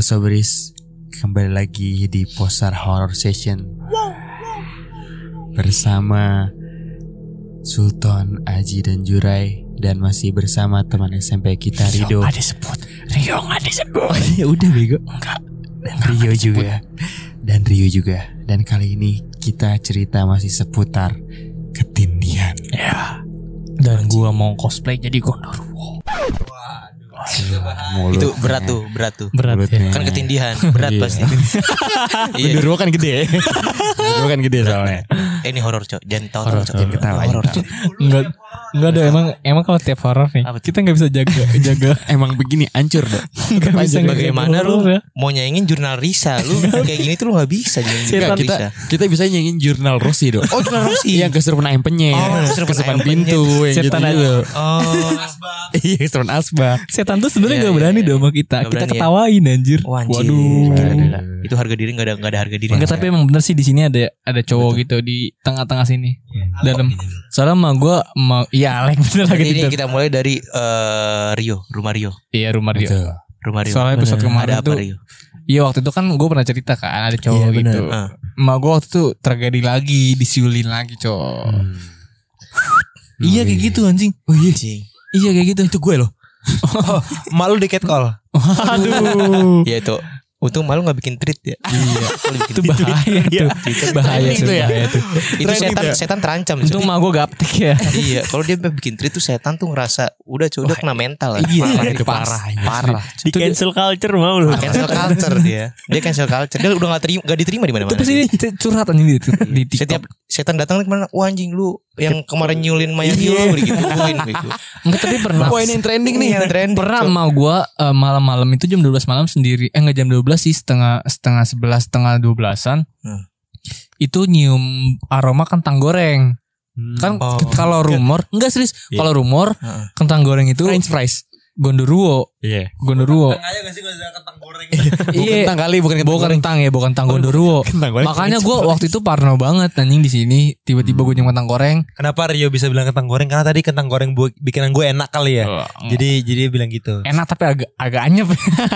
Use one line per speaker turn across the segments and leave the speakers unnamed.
Sobris, kembali lagi di Posar Horror Session bersama Sultan, Aji dan Jurai, dan masih bersama teman SMP kita Rido.
Rio nggak disebut.
Oh iya udah bego.
Enggak.
Dan Rio juga. Dan kali ini kita cerita masih seputar ketindihan.
Ya. Dan gua mau cosplay jadi Gondorwo.
Itu berat tuh.
Berat ya.
Kan ketindihan, berat pasti. Iya.
Gondorwo kan gede. Gondorwo kan gede soalnya.
Ini horor, Cok. Jangan tahu-tahu, Cok.
Jangan ketawa.
Horor, Cok.
Enggak ada emang kalau tiap horor nih
Apa tuh?
kita nggak bisa jaga.
Emang begini hancur dong.
Nggak bisa
Bagaimana
jaga
lu
horor ya.
mau nyaingin jurnal Risa? Lu kayak gini tuh lu gak bisa jadi
Setan
bisa.
Kita bisa nyanyiin jurnal Rossi dong.
Oh, jurnal Rossi.
Yang kesurupan ayam penyet, kesurupan
ayam
pintu, yang
Setan
gitu.
Oh.
Iya, kesurupan asbak.
Setan tuh sebenarnya
Iya,
nggak
iya,
berani
iya.
dong sama kita.
Nggak
Kita
berani ya.
ketawain anjir.
Wah, anjir.
Waduh.
Gila. Itu harga diri enggak ada harga diri.
Enggak, tapi emang bener sih di sini ada cowok gitu di tengah-tengah sini. Dalam. Soalnya mah gue mau iya Alek bener lagi
Jadi ini
gitu.
kita mulai dari rumah Rio.
Iya rumah Rio.
Betul.
Rumah Rio.
Soalnya episode
Bener.
kemarin
ada apa
tuh
Rio?
iya waktu itu kan gue pernah cerita kan ada cowok
Iya, bener.
gitu. Emak gue waktu itu tragedi lagi, disiulin lagi cowok. Iya kayak gitu anjing.
Oh iya.
Iya kayak gitu.
Itu gue loh.
Malu di catcall.
Aduh.
Iya tuh. Untung malu gak bikin tweet ya.
Iya.
Kalau bikin
Itu
tweet,
bahaya tuh. Bahaya
Trending
tuh.
tuh ya.
Bahaya tuh.
itu setan terancam.
Untung
Cok.
emak gue gaptek ya.
Iya, kalau dia bikin tweet tuh setan tuh ngerasa udah kena mental.
Iya,
parah,
itu
parah.
Di cancel culture mau lu.
Cancel culture dia. Dia cancel culture. Dia udah gak diterima di mana-mana.
Itu pasti dia curhat anjing di
Setiap
TikTok.
setan datang kemana? Wah anjing lu yang kemarin nyulin mayat lu digituin gitu.
Enggak, tapi pernah.
Wah, ini yang trending nih.
Yang trending.
Pernah
Cok.
emak gue malam-malam itu jam 12 malam sendiri. Enggak jam 12 sih, setengah 11, setengah 12-an. Itu nyium aroma kentang goreng. Kan
Oh.
kalau rumor, enggak serius. Kalau rumor kentang goreng itu
French fries.
Gondorwo.
Iya.
Gondorwo.
Aja gak sih kalau ada kentang goreng.
Iya.
Kentang kali bukan
Bukan kentang ya, bukan kentang Gondorwo.
Kentang goreng.
Makanya gue waktu itu parno banget anjing di sini. Tiba-tiba gue nyium kentang goreng.
Kenapa Rio bisa bilang kentang goreng? Karena tadi kentang goreng bikinan gue enak kali ya. Jadi dia bilang gitu.
Enak tapi agak anyep.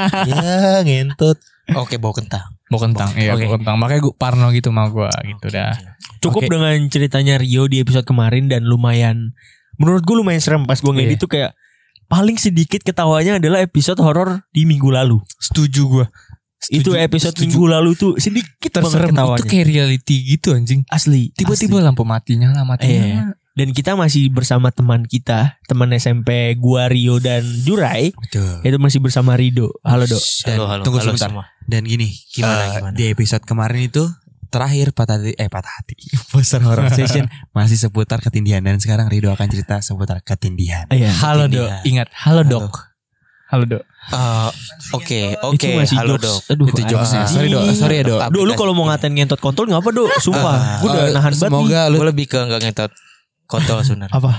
Ya ngentut.
Oke, bawa kentang.
Bau kentang, iya
Oke.
bau kentang. Makanya gue parno gitu sama gue gitu dah.
Cukup
Oke.
dengan ceritanya Rio di episode kemarin dan lumayan, menurut gue lumayan serem pas gue ngeliat
Iya.
itu kayak paling sedikit ketawanya adalah episode horor di minggu lalu.
Setuju gue.
Itu episode minggu lalu tuh sedikit banget
terserem
ketawanya.
itu kayak reality gitu anjing.
Asli.
Tiba-tiba lampu mati nyala.
Iya. Dan kita masih bersama teman kita, teman SMP gua Rio dan Jurai.
Betul.
Itu masih bersama Rido. Halo Dok.
Dan
Halo
tunggu
halo
sebentar.
semua.
Dan gini,
Gimana?
di episode kemarin itu terakhir patah hati. Posar Horror Session masih seputar ketindihan, dan sekarang Rido akan cerita seputar ketindihan.
Iya.
Halo Dok.
Ketindihan.
Ingat, halo Dok. Halo Dok.
Oke,
Itu masih
halo
jokes.
Dok.
Aduh,
Itu jokesnya.
anjing.
Sorry Dok, sorry ya Dok.
Dok, lu kalau mau ngatain ngentot kontol ngapa Dok? Sumpah. Gue udah nahan banget nih.
Semoga lu
Gue lebih ke enggak ngetot kontol sebenarnya.
Apa?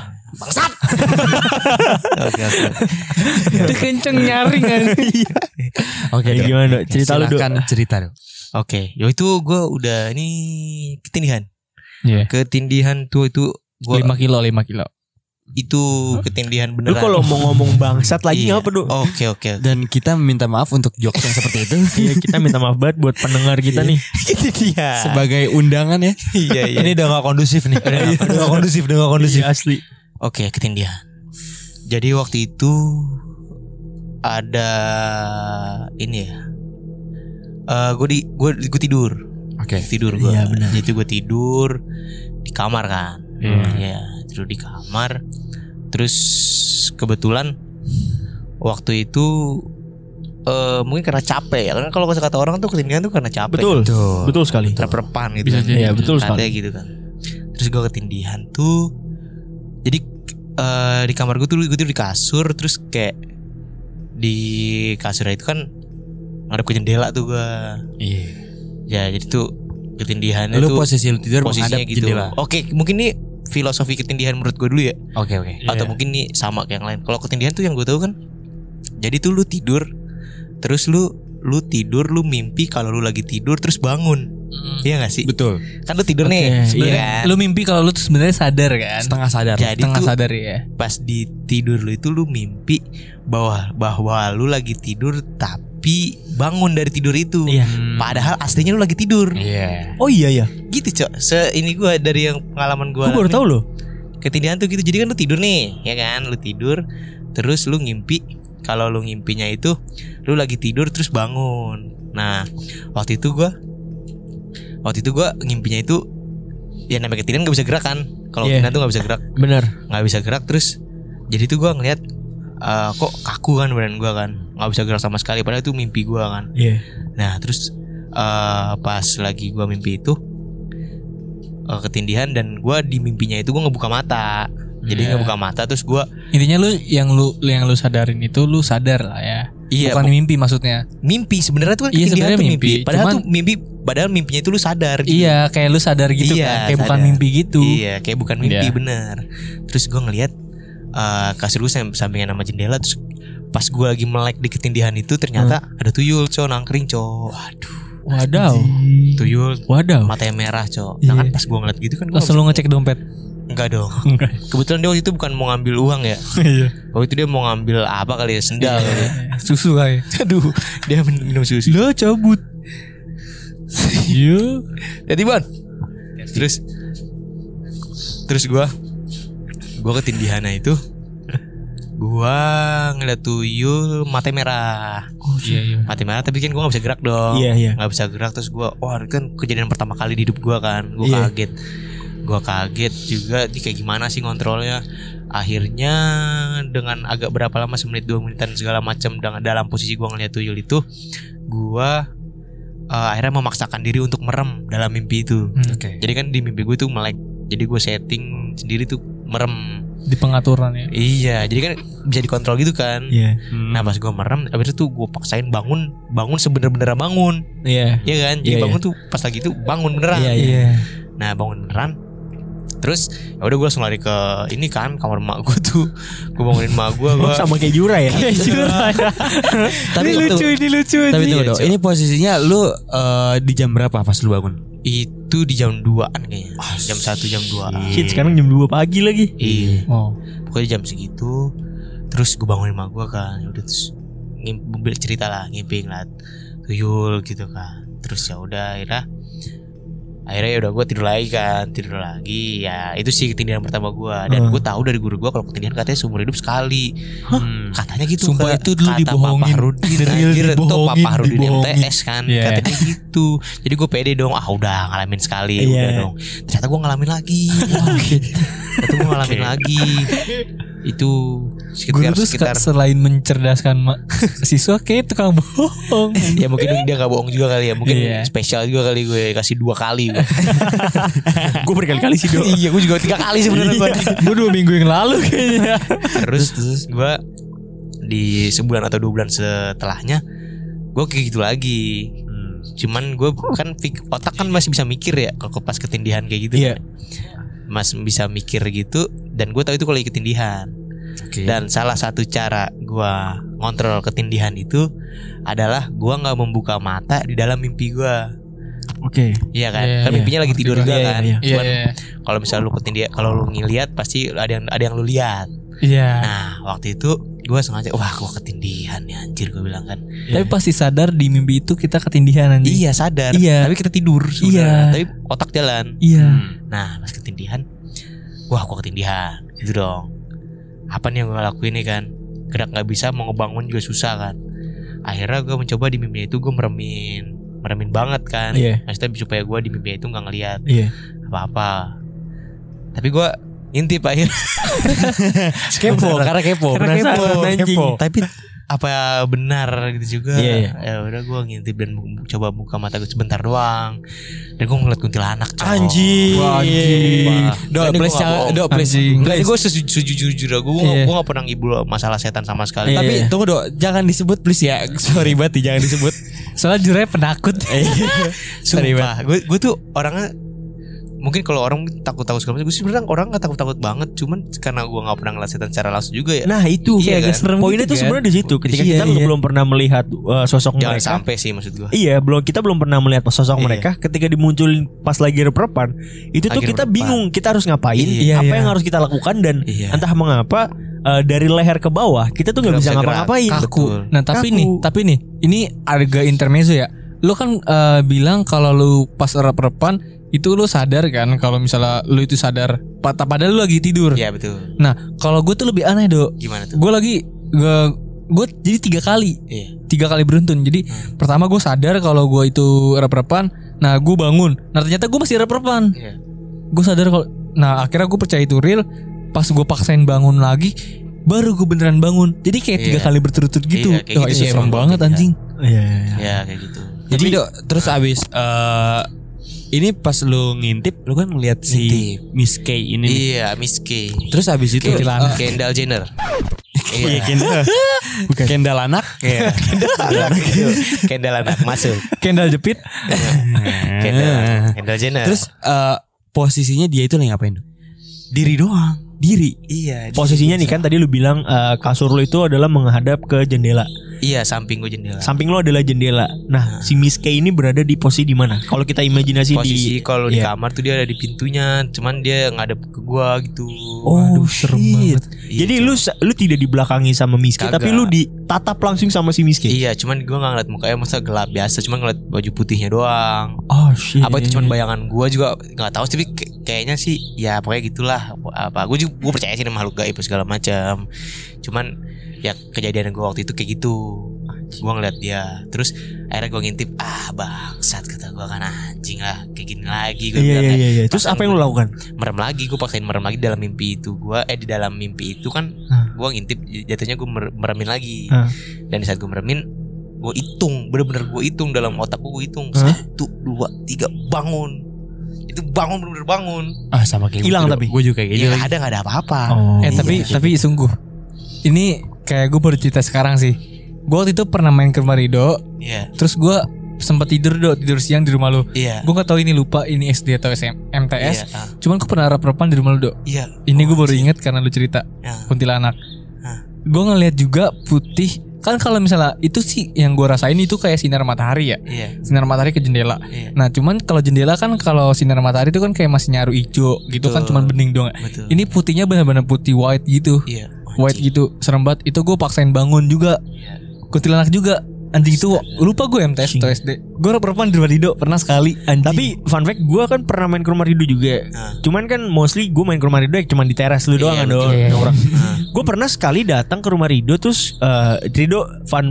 Oke.
Itu kenceng nyaring kan.
Oke
Ya,
Dok.
gimana Dok? Cerita lu Dok.
Silakan cerita Dok.
Oke, yo itu gue udah ini ketindihan.
Iya.
Ketindihan tuh itu gue
5 kilo.
itu ketindihan
Lu
beneran.
kalau mau ngomong bangsat lagi
Iya.
apa Dok?
Oke.
Dan kita minta maaf untuk jokes yang seperti itu.
Iya, kita minta maaf banget buat pendengar kita nih.
Itu dia.
Sebagai undangan ya.
Iya.
Ini udah gak kondusif nih. Udah gak kondusif.
Iya, asli.
Oke, ketindihan. Jadi waktu itu ada ini ya. Gue tidur.
Oke.
Tidur gue.
Iya, benar.
Jadi gue tidur di kamar kan. Iya, tidur di kamar. Terus kebetulan waktu itu mungkin karena capek ya. Karena kalau kata orang tuh ketindihan tuh karena capek.
Betul.
Betul.
Betul sekali.
Terperpan gitu.
Bisa
kan.
jadi.
Iya, betul
Katanya
sekali.
gitu kan. Terus gue ketindihan tuh. Jadi di kamar gue tidur di kasur. Terus kayak di kasur itu kan ngadep ke jendela tuh gue.
Iya.
Ya jadi tuh ketindihannya
Lu
tuh
posisi lu tidur
posisinya
menghadap
gitu.
jendela.
Oke, mungkin nih filosofi ketindihan menurut gue dulu ya.
Oke.
Atau mungkin nih sama kayak yang lain. Kalau ketindihan tuh yang gue tahu kan, jadi tuh lu tidur, terus lu tidur, lu mimpi kalau lu lagi tidur terus bangun. Iya gak sih?
Betul.
Kan lu tidur nih,
Oke,
iya
Sebenarnya
kan?
lu mimpi kalau lu tuh sebenarnya sadar kan.
Setengah sadar.
Jadi
Setengah
tuh
sadar ya.
pas di tidur lu itu lu mimpi bahwa lu lagi tidur tapi mimpi bangun dari tidur itu.
Iya.
Padahal aslinya lu lagi tidur.
Iya.
Oh iya ya.
Gitu Cok. Ini gue dari yang pengalaman gue.
Gue baru tahu loh.
Ketindihan tuh gitu. Jadi kan lu tidur nih, ya kan? Lu tidur, terus lu ngimpi. Kalau lu ngimpinya itu, lu lagi tidur terus bangun. Nah, waktu itu gue ngimpinya itu, ya namanya ketindihan gak bisa gerak kan? Kalau ketindihan tuh gak bisa gerak.
Bener.
Gak bisa gerak terus. Jadi tuh gue ngeliat kok kaku kan badan gue kan, gak bisa gerak sama sekali. Padahal itu mimpi gue kan.
Iya.
Nah terus pas lagi gue mimpi itu ketindihan, dan gue di mimpinya itu gue ngebuka mata. Jadi ngebuka mata terus gue,
Intinya yang lu sadarin itu lu sadar lah ya.
iya,
Bukan mimpi maksudnya.
mimpi sebenarnya tuh kan
Iya,
ketindihan
sebenarnya
tuh mimpi.
mimpi.
Padahal
Cuman-
tuh mimpi, padahal mimpinya itu lu sadar. Gitu.
Iya, kayak lu sadar gitu
Iya,
kan. Kayak bukan
sadar.
mimpi gitu.
Iya, kayak bukan mimpi,
Iya.
bener. Terus gue ngeliat kasur gue sampingan sama jendela. Terus pas gue lagi melek di ketindihan itu ternyata ada tuyul nangkring Waduh,
Wadaw.
tuyul
Wadaw.
matanya merah Nah kan pas gue ngeliat gitu kan gue
Langsung lu ngecek dompet.
enggak dong.
Enggak.
Kebetulan dia waktu itu bukan mau ngambil uang ya.
Iya.
Waktu itu dia mau ngambil apa kali ya, sendal kali.
Susu kayak.
Aduh, dia minum susu.
Lo cabut. Iya.
Jadi Ban. Terus gue ketindihannya itu, gue ngeliat tuyul mata merah.
Oh iya.
Mata merah tapi kan gue gak bisa gerak dong.
Iya.
Gak bisa gerak. Terus gue, wah itu kan kejadian pertama kali di hidup gue kan. Gue
Iya.
kaget juga. Ini kayak gimana sih ngontrolnya. Akhirnya dengan agak berapa lama, semenit 2 menitan segala macam, dalam posisi gue ngeliat tuyul itu, gue akhirnya memaksakan diri untuk merem dalam mimpi itu.
Oke.
Jadi kan di mimpi gue tuh melek. Jadi gue setting sendiri tuh merem.
Di pengaturan ya.
Iya, jadi kan bisa dikontrol gitu kan.
Iya.
Nah pas gue merem, abis itu gue paksain bangun sebener-bener bangun.
Iya.
Iya kan, jadi
Iya,
bangun tuh pas lagi itu bangun beneran.
Iya.
Nah bangun beneran. Terus ya udah gue langsung lari ke ini kan, kamar emak gue tuh. Gue bangunin emak gue.
Oh, sama kayak Jura ya.
Tapi
ini lucu.
Tapi tunggu dong.
Cok.
Ini posisinya lu di jam berapa pas lu bangun?
Itu di jam 2an kayaknya. Jam 1 jam 2.
Shit, sekarang jam 2 pagi lagi.
Iya.
Oh.
Pokoknya jam segitu. Terus gue bangunin emak gue kan. Udah terus cerita lah, ngimpi ngeliat tuyul gitu kan. Terus ya udah akhirnya ya udah gue tidur lagi ya. Itu sih ketindihan pertama gue. Dan gue tahu dari guru gue kalau ketindihan katanya seumur hidup sekali. Katanya gitu.
Sumpah itu dulu
kata
dibohongin.
Papa Rudin.
Real
Anjir, itu
dibohongin,
Papa Rudin
dibohongin.
MTS kan.
Iya.
Katanya gitu. Jadi gue pede dong. Udah ngalamin sekali.
Iya.
Udah dong. Ternyata gue ngalamin lagi. Ternyata gue ngalamin lagi. Itu
Guru tuh
sekitar
selain mencerdaskan siswa kayak tukang bohong.
ya mungkin dia gak bohong juga kali ya. Mungkin
Iya.
spesial juga kali gue kasih 2 kali.
Gue berkali-kali sih Do.
Iya gue juga 3 kali sebenarnya gue.
Gue 2 minggu yang lalu kayaknya.
Terus gue di sebulan atau 2 bulan setelahnya gue kayak gitu lagi. Cuman gue kan otak kan masih bisa mikir ya kalau pas ketindihan kayak gitu.
Iya.
Mas bisa mikir gitu. Dan gue tahu itu kalau lagi ketindihan.
Oke.
Dan salah satu cara gue ngontrol ketindihan itu adalah gue nggak membuka mata di dalam mimpi gue.
Oke.
Iya kan?
Iya,
Kan mimpinya lagi tidur juga
Iya,
kan.
iya,
Iya.
Cuman kalau misalnya lu ketindihan, kalau lu ngeliat pasti ada yang lu lihat.
Iya.
Nah waktu itu gue sengaja, wah gue ketindihan ya anjir, gue bilang kan.
Tapi pasti sadar di mimpi itu kita ketindihan anjing.
Iya sadar.
Iya.
Tapi kita tidur sebenarnya.
Iya.
Tapi otak jalan.
Iya.
Nah pas ketindihan, wah gue ketindihan itu dong. Apa nih yang gue lakuin nih kan? Gerak nggak bisa, mau ngebangun juga susah kan. Akhirnya gue mencoba di mimpi itu gue meremin banget kan.
Iya.
Maksudnya supaya gue di mimpi itu nggak ngelihat
Iya.
apa-apa. Tapi gue ngintip akhirnya.
Kepo, karena kepo. Penasaran, anjing.
Tapi apa benar gitu juga.
Iya, iya.
Ya udah gue ngintip dan coba buka mata gue sebentar doang. Dan gue ngeliat kuntilanak. Cok.
Anjing.
Wah, anjing.
Ini gua nggak bohong.
Anjing.
Enggak, ini gue sejujur-jujurnya gue
Iya.
gak pernah ngibul masalah setan sama sekali.
Iya.
Tapi tunggu dong, jangan disebut please ya. Sorry banget nih, jangan disebut.
Soalnya jurnya penakut.
Sumpah, gue tuh orangnya, mungkin kalau orang takut-takut segala macam, gue sebenarnya orang nggak takut-takut banget, cuman karena gue nggak pernah ngeliat setan secara langsung juga ya.
Nah itu
Iya,
kayak
kan?
serem. Poinnya
gitu
tuh
kan?
sebenarnya di situ. Ketika
Iya,
kita
iya.
belum pernah melihat sosok
Jangan
mereka.
sampai sih maksud gue.
Iya, kita belum pernah melihat sosok
Iya.
mereka. Ketika dimunculin pas lagi reprepan, itu tuh
Lagi
kita
reprepan.
bingung. Kita harus ngapain?
Iya,
apa
iya.
yang harus kita lakukan? Dan
Iya.
entah mengapa dari leher ke bawah kita tuh nggak
Nggak
bisa
bisa gerak.
ngapa-ngapain.
Kaku.
Betul.
Nah tapi
Kaku.
nih ini agak intermezzo ya. Lu kan bilang kalau lu pas rep-repan itu lu sadar kan kalau misalnya lu itu sadar padahal lu lagi tidur.
Iya betul.
Nah, kalau gue tuh lebih aneh, Dok.
Gimana tuh?
Gue jadi 3 kali.
Iya.
3 kali beruntun. Jadi pertama gue sadar kalau gue itu rep-repan. Nah, gue bangun. Nah, ternyata gue masih rep-repan.
Iya.
Gue sadar kalau, nah akhirnya gue percaya itu real. Pas gue paksain bangun lagi, baru gue beneran bangun. Jadi kayak 3 kali berturut-turut gitu.
Iya, kayak
Wah,
gitu
itu
sih
serem
emang.
banget anjing.
Iya.
Ya kayak gitu.
Jadi Dok, terus abis ini pas lu ngintip, lu kan ngeliat si Miss K ini nih.
Iya, Miss K.
Terus abis itu
Kendall Jenner.
Iya, Kendall. Bukan Kendall anak. Kayak
Kendall anak masuk.
Kendall jepit.
Kendall Jenner.
Terus posisinya dia itu lagi ngapain, Dok?
diri doang.
Diri.
Iya.
Posisinya nih kan tadi lu bilang kasur lu itu adalah menghadap ke jendela.
Iya, samping gue jendela.
Samping lu adalah jendela. Nah, si Miss K ini berada di posisi di mana? Kalau kita imajinasi
Posisi kalau di
iya.
kamar tuh dia ada di pintunya, cuman dia ngadep ke gua gitu.
Oh,
serem
shit.
banget.
Iya,
Jadi
cuman-
lu tidak dibelakangi sama Miss K,
Kagak.
tapi lu ditatap langsung sama si Miss K.
Iya, cuman gua nggak ngeliat mukanya, masa gelap biasa, cuman ngeliat baju putihnya doang.
Oh shit.
Apa itu cuman bayangan gua juga nggak tahu, tapi kayaknya sih ya pokoknya gitulah. Apa gua percaya sih sama makhluk gaib segala macam. Cuman ya kejadian gua waktu itu kayak gitu. Gua ngeliat dia, terus akhirnya gua ngintip, bangsat, kata gua kan, anjing lah kayak gini lagi. Gua bilang,
Iya. Terus apa yang lu lakukan?
merem lagi, gue paksain merem lagi dalam mimpi itu. Di dalam mimpi itu kan gue ngintip, jatuhnya gue meremin lagi. Dan di saat gue meremin, gue hitung, bener-bener gue hitung dalam otak gue hitung 1, 2, 3 bangun. Itu bangun, bener-bener bangun.
Sama kayak
Hilang
gitu,
tapi?
gue juga kayak gitu.
Iya, ada nggak ada apa-apa.
Oh.
Tapi sungguh, ini kayak gue baru cerita sekarang sih. Gue waktu itu pernah main ke rumah Rido.
Iya,
Terus gue sempat tidur siang di rumah lu.
iya.
Gue gak tahu ini lupa ini SD atau MTS.
Iya,
Cuman gue pernah rep-repan di rumah lu, Dok.
iya.
Ini gue baru inget karena lu cerita
Ya.
kuntilanak.
Ah.
Gue ngeliat juga putih. Kan kalau misalnya itu sih yang gue rasain itu kayak sinar matahari ya.
Iya,
Sinar matahari ke jendela.
iya.
Nah cuman kalau jendela kan kalau sinar matahari itu kan kayak masih nyaru hijau gitu kan,
Betul.
cuman bening doang.
Betul.
Ini putihnya benar-benar putih white gitu.
Iya.
White gitu, serem banget. Itu gue paksain bangun juga.
Iya.
Kuntilanak juga. Anjing itu lupa gue MTS atau SD. Gue rep-repan di rumah Rido pernah sekali. Anjing.
Tapi fun fact, gue kan pernah main ke rumah Rido juga. Cuman kan mostly gue main ke rumah Rido cuma di teras lu doang
Iya,
kan
betul.
orang. Gue pernah sekali datang ke rumah Rido, terus Rido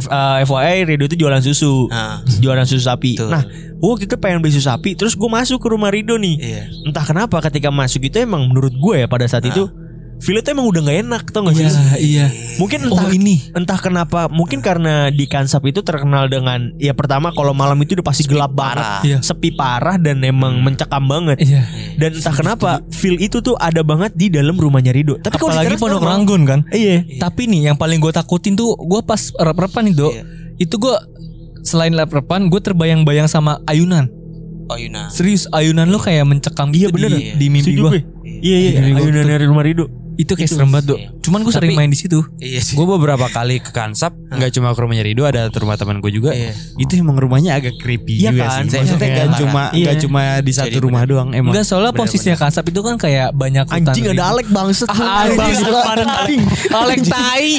FYI Rido itu jualan susu. Jualan susu sapi.
Betul.
Nah, waktu itu pengen beli susu sapi, terus gue masuk ke rumah Rido nih.
Iya.
Entah kenapa ketika masuk itu emang menurut gue ya pada saat itu feel itu emang udah gak enak, tau gak sih?
Iya.
Mungkin
Oh ini.
entah kenapa, mungkin karena di Kansap itu terkenal dengan ya pertama kalau malam itu udah pasti gelap
parah.
banget,
Iya.
sepi parah dan emang mencekam banget.
Iya.
Dan entah kenapa feel itu tuh ada banget di dalam rumahnya Rido. Tapi kalau
Apalagi
di teras
Pondok
normal.
Ranggun kan.
Iya.
Tapi nih yang paling gue takutin tuh gue pas rep-repan nih, Dok.
Iya.
Itu gue selain rep-repan gue terbayang-bayang sama ayunan.
Oh, Yuna.
Serius ayunan lo kayak mencekam
Iya
gitu
bener.
di mimpi
Setuju
gue.
gue. Iya iya.
Di mimpi gua
Ayunan
tuh.
dari rumah Rido.
Itu kayak serem banget, Dok.
Iya.
Cuman gue sering
Tapi-
main di situ.
Iya sih.
Gue beberapa kali ke Kansap, nggak cuma ke rumahnya Rido, ada rumah teman gue juga.
Iya.
Itu emang rumahnya agak creepy
Iya
juga
kan?
sih. Maksudnya
Iya.
nggak cuma di satu
Jadi
rumah
bener.
doang. Emang.
Enggak, soalnya
bener,
posisinya Kansap itu kan kayak banyak hutan.
Anjing ada
ribu.
Alek bangset.
Anjing. Alek tai.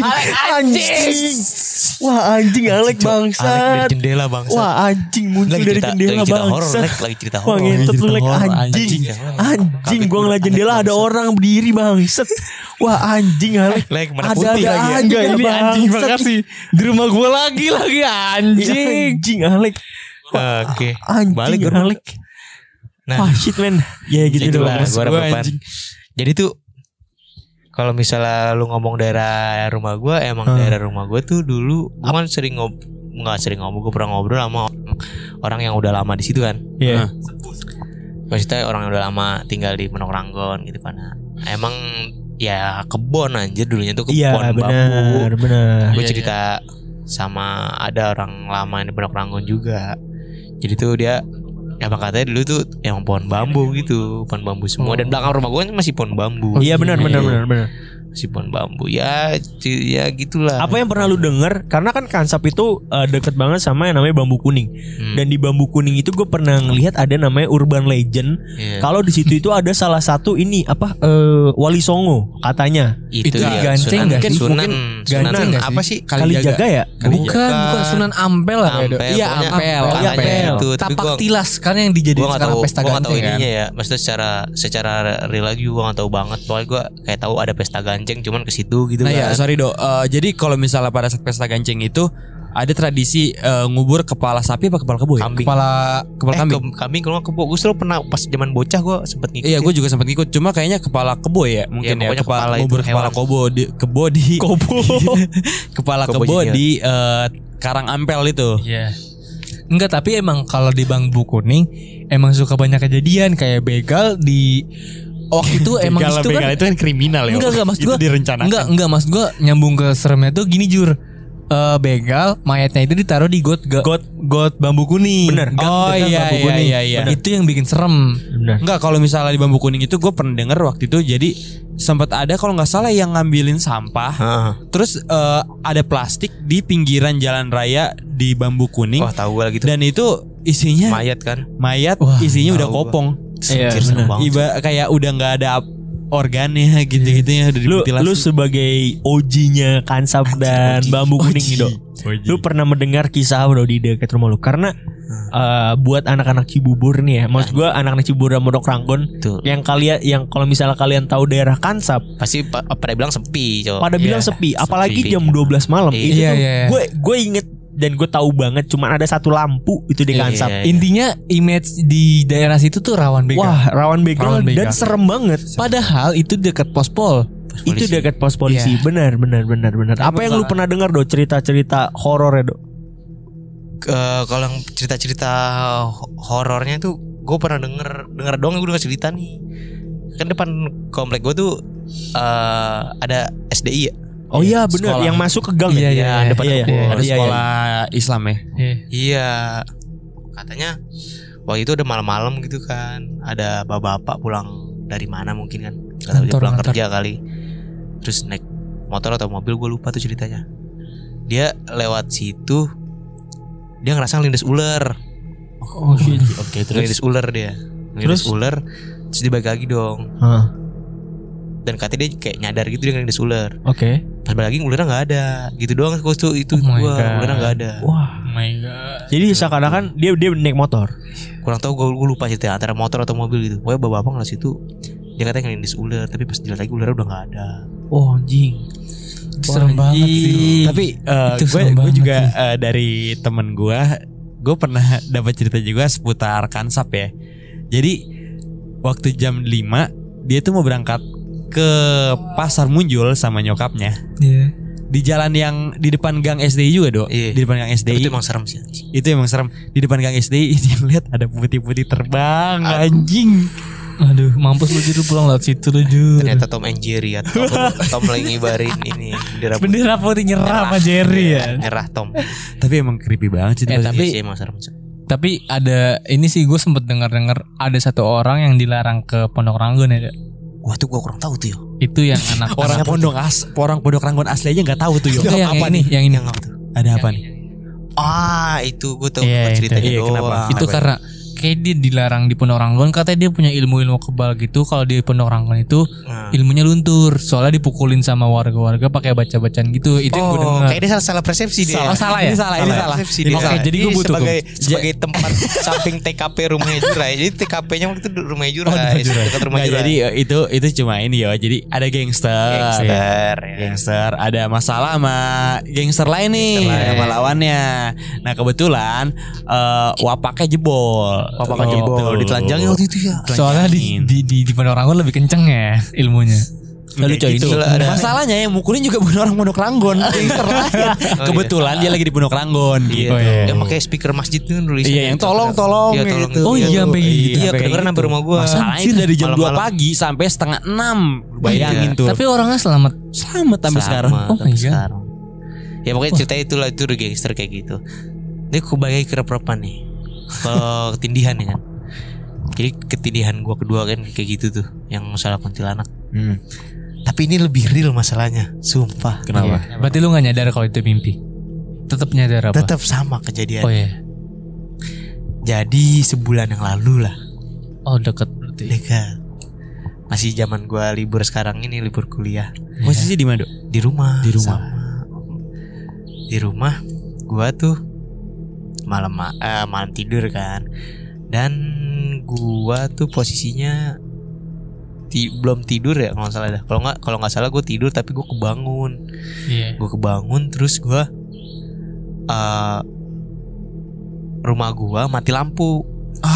Anjing. Wah anjing Alek
Alek
bangsat.
dari jendela bangsa.
Wah anjing muncul dari jendela bangsat.
Lagi cerita
Wah
horor.
ngentot lu Lek,
horor,
anjing.
anjing.
Anjing gua ngeliat jendela ada orang berdiri bangset. Wah anjing Alek.
Lek, mana
Ada
putih lagi ya?
Enggak, ini anjing
bangsat.
makasih. Di rumah gue lagi anjing.
Anjing Alek.
Oke.
Anjing
Balik ke
Alek.
Nah,
Wah shit man. Ya gitu
gitu
doang.
lah, gua
Gua
harapan.
anjing.
Jadi tuh kalau misalnya lu ngomong daerah rumah gua, emang daerah rumah gua tuh dulu gua kan nggak sering ngobrol, gua pernah ngobrol sama orang yang udah lama di situ kan.
Iya.
Maksudnya orang yang udah lama tinggal di Pondok Ranggon gitu kan. Emang ya kebon anjir dulunya tuh kebon
Iya
bambu.
benar benar.
Gue cerita sama ada orang lama yang di Pondok Ranggon juga. Jadi tuh dia emang katanya dulu tuh emang pohon bambu gitu, pohon bambu semua. Dan belakang rumah gue masih pohon bambu.
Iya benar benar benar.
Masih pohon bambu. Ya gitulah.
Apa yang pernah lu denger? Karena kan Kansap itu deket banget sama yang namanya bambu kuning. Dan di bambu kuning itu gue pernah ngelihat ada namanya urban legend.
Iya.
Kalau di situ itu ada salah satu ini apa Wali Songo katanya.
itu
Itu
ya,
diganceng nggak sih?
Sunan
Ganjing nggak
apa sih?
Kalijaga ya?
Bukan Sunan Ampel lah ya, Dok.
Iya, Ampel.
Itu. Tapi
Tapak tilas kan yang dijadiin sekarang pesta
Gue gak tahu
ganceng kan.
ininya ya. Maksudnya secara real lagi gue gak tahu banget. Pokoknya gue kayak tahu ada pesta ganceng, cuman ke situ gitu
Nah
kan.
ya sorry Dok. Jadi kalau misalnya pada saat pesta ganceng itu ada tradisi ngubur kepala sapi apa kepala kebo ya?
Kambing.
Kepala kambing.
Kambing kalau nggak kebo. Gue selalu pernah pas zaman bocah gue sempet ngikut.
Iya, gue juga sempat ngikut. Cuma kayaknya kepala kebo ya, mungkin ya.
pokoknya kepala
Ngubur
itu
kepala kepala
Kebo
kebo
junior.
di Karang Ampel itu.
Iya. Enggak, tapi emang kalau di Bambu Kuning emang suka banyak kejadian kayak begal di waktu itu emang itu kan
itu kan kriminal ya.
enggak maksud
Itu
gua
direncanakan.
enggak maksud gua nyambung ke seremnya tuh gini Jur. Begal mayatnya itu ditaruh di got Bambu Kuning.
Bener.
Oh iya
Bambu Kuning.
iya.
Itu yang bikin serem.
Benar.
Enggak, kalau misalnya di Bambu Kuning itu gue pernah denger waktu itu. Jadi sempat ada kalau nggak salah yang ngambilin sampah. Terus ada plastik di pinggiran jalan raya di Bambu Kuning.
Wah tahu gue lagi tuh.
Dan itu isinya
Mayat kan.
Wah, isinya udah
tahu gua.
kopong.
Iya,
Anjir, serem banget.
Kayak udah nggak ada organnya gitu-gitu ya udah dimutilasi.
Lu sebagai OG-nya Kansap dan Bambu Kuning nih, Dok. Lu pernah mendengar kisah apa Dok di dekat rumah lu? Karena buat anak-anak Cibubur nih ya. Maksud gua anak-anak Cibubur dan Pondok Ranggon
Betul.
yang kalau misalnya kalian tahu daerah Kansap
Pasti pada bilang sepi coba.
pada bilang sepi, apalagi
Sepi.
jam 12 malam.
Iya.
Itu tuh
Iya.
gue inget dan gue tahu banget cuman ada satu lampu itu di
Iya,
Kansap.
iya.
Intinya image di daerah situ tuh rawan begal.
Wah, rawan begal
Rawan begal.
dan serem banget.
Padahal itu dekat pospol.
Itu dekat pos polisi.
Iya.
Benar. Apa yang lu pernah dengar Dok cerita-cerita horor ya, Dok?
Kalau yang cerita-cerita horornya tuh gue pernah denger dong, gue denger cerita nih. Kan depan komplek gue tuh ada SDI ya.
Oh iya benar,
sekolah.
yang masuk ke gang
Iya,
ya.
iya,
depan
iya,
kebun.
iya.
Ada sekolah Islam ya.
Iya. Katanya waktu itu udah malam-malam gitu kan. Ada bapak-bapak pulang dari mana mungkin kan. Gak tahu dia pulang
Kantor.
kerja kali. Terus naik motor atau mobil, gue lupa tuh ceritanya. Dia lewat situ, dia ngerasa ngelindas ular.
Oh gitu.
Oke,
Ngelindas ular dia. Ngelindas ular. Terus dia balik lagi dong.
Hah,
Dan katanya dia kayak nyadar gitu dia ngelindas ular.
oke.
Pas balik lagi ularnya nggak ada. Gitu doang kok tuh itu
Oh my
gua
God.
ularnya nggak ada.
Wah.
Oh my god.
Jadi seakan-akan dia naik motor.
Kurang tahu gue lupa sih antara motor atau mobil gitu. Pokoknya bapak ngeliat situ dia katanya ngelindas ular, tapi pas dilihat lagi ularnya udah nggak ada.
Oh anjing.
Serem banget sih.
Tapi
Itu serem
gue
banget
juga
sih.
dari temen gue pernah dapat cerita juga seputar Kansap ya. Jadi waktu jam 5 dia tuh mau berangkat ke Pasar Munjul sama nyokapnya.
Iya.
Di jalan yang di depan gang SDI juga, Dok.
Iya.
Di depan gang
Tapi
SDI.
itu emang serem sih.
Itu emang serem. Di depan gang SDI dia lihat ada putih-putih terbang, anjing.
Aduh, mampus lu Jur, pulang lewat situ lu Jur.
Ternyata Tom and Jerry ya. Tom lagi ngibarin ini bendera putih.
Bendera putih nyerah sama Jerry ya.
Nyerah Tom.
Tapi emang creepy banget sih.
Tapi-
Iya sih, emang serem sih.
Tapi ada ini sih gue sempet dengar ada satu orang yang dilarang ke Pondok Ranggon ya. Dok.
Wah itu gue kurang tahu tuh yo.
Itu yang anak
orang Pondok Ranggon asli aja nggak tahu tuh, Yo.
Enggak, yang
Apa
ini,
nih?
yang ini.
Yang apa tuh?
Ada apa nih?
Ah itu gue tahu
Iya,
ceritanya
iya,
doang.
kenapa?
Itu karena kayak dia dilarang di Pondok Ranggon, katanya dia punya ilmu-ilmu kebal gitu. Kalau di Pondok Ranggon itu
Nah.
ilmunya luntur, soalnya dipukulin sama warga-warga pakai baca-bacaan gitu. Itu yang gue
Oh,
dengar.
kayak dia salah persepsi dia.
Salah ya?
Ini salah.
Persepsi dia.
Oke, jadi
Ini
gue butuh
sebagai tempat samping TKP rumahnya Jurai. Jadi TKP-nya waktu itu rumahnya Jurai, dekat rumah
Nggak,
Jurai.
jadi itu cuma ini yo. Jadi ada gangster.
Gangster, ya.
Gangster, ada masalah sama gangster lain nih sama lawannya. Nah kebetulan wapaknya jebol.
Wapaknya jebol. Ditelanjangi waktu itu ya.
Soalnya di Pondok Ranggon lebih kenceng ya ilmunya. Lalu coy
Gitu.
itu
Masalahnya yang mukulin juga bukan orang Pondok Ranggon. Gangster lain. Kebetulan dia lagi di Pondok Ranggon
Iya,
gitu.
Oh, iya.
yang pakai speaker masjid itu kan tulisannya.
Iya, yang tolong
Iya, tolong.
gitu.
Oh, iya, sampai gitu.
Iya, kedengeran sampai rumah gua.
Masalahnya itu dari jam 2
Malam-malam.
pagi sampai setengah 6. Bayangin
Iya.
tuh.
Tapi orangnya selamat.
Selamat sampai sekarang.
Oh my God.
sekarang. Ya pokoknya cerita itulah itu udah gangster kayak gitu. Ini aku balik ke rep-repan nih. Kalau ketindihan ya kan. Jadi ketindihan gua kedua kan kayak gitu tuh, yang masalah kuntilanak. Tapi ini lebih real masalahnya, sumpah.
Kenapa?
Iya. Berarti lu gak nyadar kalau itu mimpi? Tetap nyadar apa?
Tetap sama kejadian.
Oh iya.
Jadi sebulan yang lalu lah,
Oh deket berarti.
dekat. Masih zaman gua libur sekarang ini, libur kuliah
Posisi di mana, Dok?
di rumah.
Di rumah.
Sama di rumah gue tuh malam tidur kan, dan gue tuh posisinya belum tidur ya kalau nggak salah dah. Kalau nggak salah gue tidur tapi gue kebangun. Gue kebangun terus gue rumah gue mati lampu.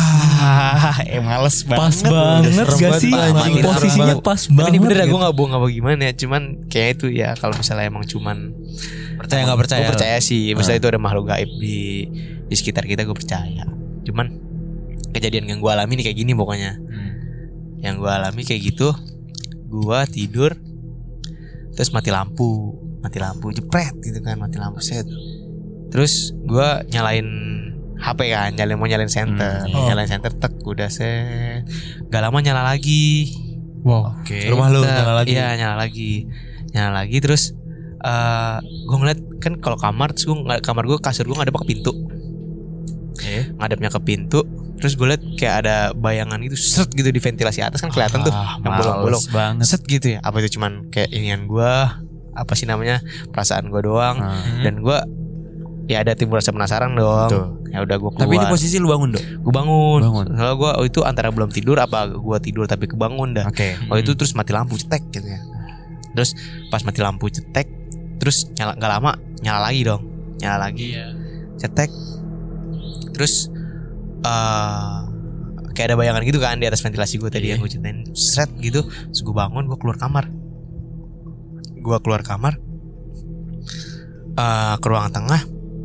Males banget.
Pas banget gak sih? Posisinya pas
Tapi
banget.
ini bener
gitu.
gue nggak bohong apa gimana ya. Cuman kayak itu ya, kalau misalnya emang cuman
Percaya nggak percaya?
Gue percaya sih. Misalnya itu ada makhluk gaib di sekitar kita, gue percaya. Cuman kejadian yang gue alami nih kayak gini pokoknya. Yang gue alami kayak gitu, gue tidur terus mati lampu jepret gitu kan, mati lampu set. Terus gue nyalain HP kan, nyalain senter, nyalain senter tek udah set. Gak lama nyala lagi.
Wow.
Oke.
Rumah lu nyala lagi.
Iya nyala lagi terus gue ngeliat kan kalau kamar, terus kamar gue, kasur gue ngadep ke pintu. Ngadepnya ke pintu. Terus gue liat kayak ada bayangan gitu, set gitu di ventilasi atas kan kelihatan tuh yang bolong-bolong
banget.
set gitu ya. Apa itu cuman kayak inian gue, apa sih namanya, perasaan gue doang. Dan gue ya ada timbul rasa penasaran dong.
Betul.
Ya udah gue keluar.
Tapi ini posisi lu bangun dong?
Gue bangun.
Bangun.
Gue itu antara belum tidur apa gue tidur tapi kebangun dah.
Oke.
Itu terus mati lampu cetek gitu ya. Terus pas mati lampu cetek, terus nyala, gak lama nyala lagi dong. Nyala lagi. Cetek. Terus kayak ada bayangan gitu kan di atas ventilasi gue tadi yang gue ceritain. Sret gitu. Terus gue bangun, gue keluar kamar. Ke ruang tengah.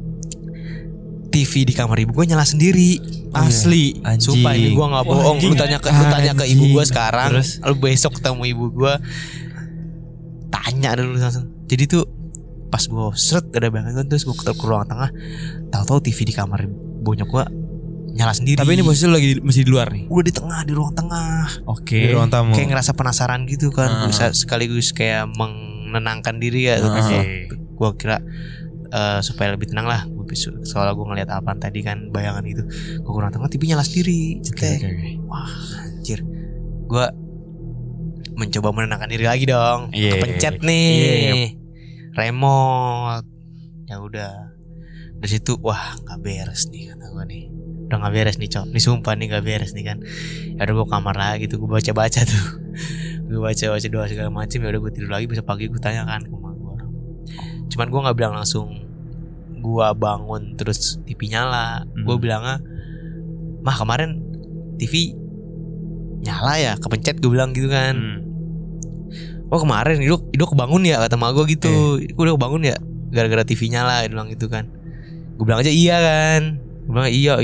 TV di kamar ibu gue nyala sendiri. Asli. Sumpah ini gue gak bohong. Lu tanya ke ibu gue sekarang. Terus lu besok ketemu ibu gue, tanya dulu langsung. Jadi tuh pas gue seret ada bayangan, terus gue ke ruang tengah, tahu-tahu TV di kamar bonyok gue nyala sendiri.
Tapi ini posisi lu lagi masih di luar nih?
Udah di ruang tengah.
Oke.
Di ruang tamu.
Kayak ngerasa penasaran gitu kan. Bisa sekaligus kayak menenangkan diri ya. Gue kira supaya lebih tenang lah. Soalnya gue ngeliat apaan tadi kan, bayangan itu. Gue ke ruang tengah, TV nyala sendiri. Cetek. Wah anjir. Gue mencoba menenangkan diri lagi dong. Kepencet nih remote. Ya udah. Dari situ wah nggak beres nih kata gue nih. Udah nggak beres nih cok. Nih sumpah nih nggak beres nih kan. Ya udah gue kamar lagi tuh, gue baca tuh. Gue baca doa segala macam. Ya udah gue tidur lagi, besok pagi gue tanya kan ke emak gue. Cuman gue nggak bilang langsung gue bangun terus TV nyala. Gue bilangnya, mah kemarin TV nyala ya, kepencet, gue bilang gitu kan. Oh kemarin Ido kebangun ya, kata emak gue gitu. Gue udah kebangun ya gara-gara TV nyala, dia bilang gitu kan. Gue bilang aja iya kan. Gue bilang iya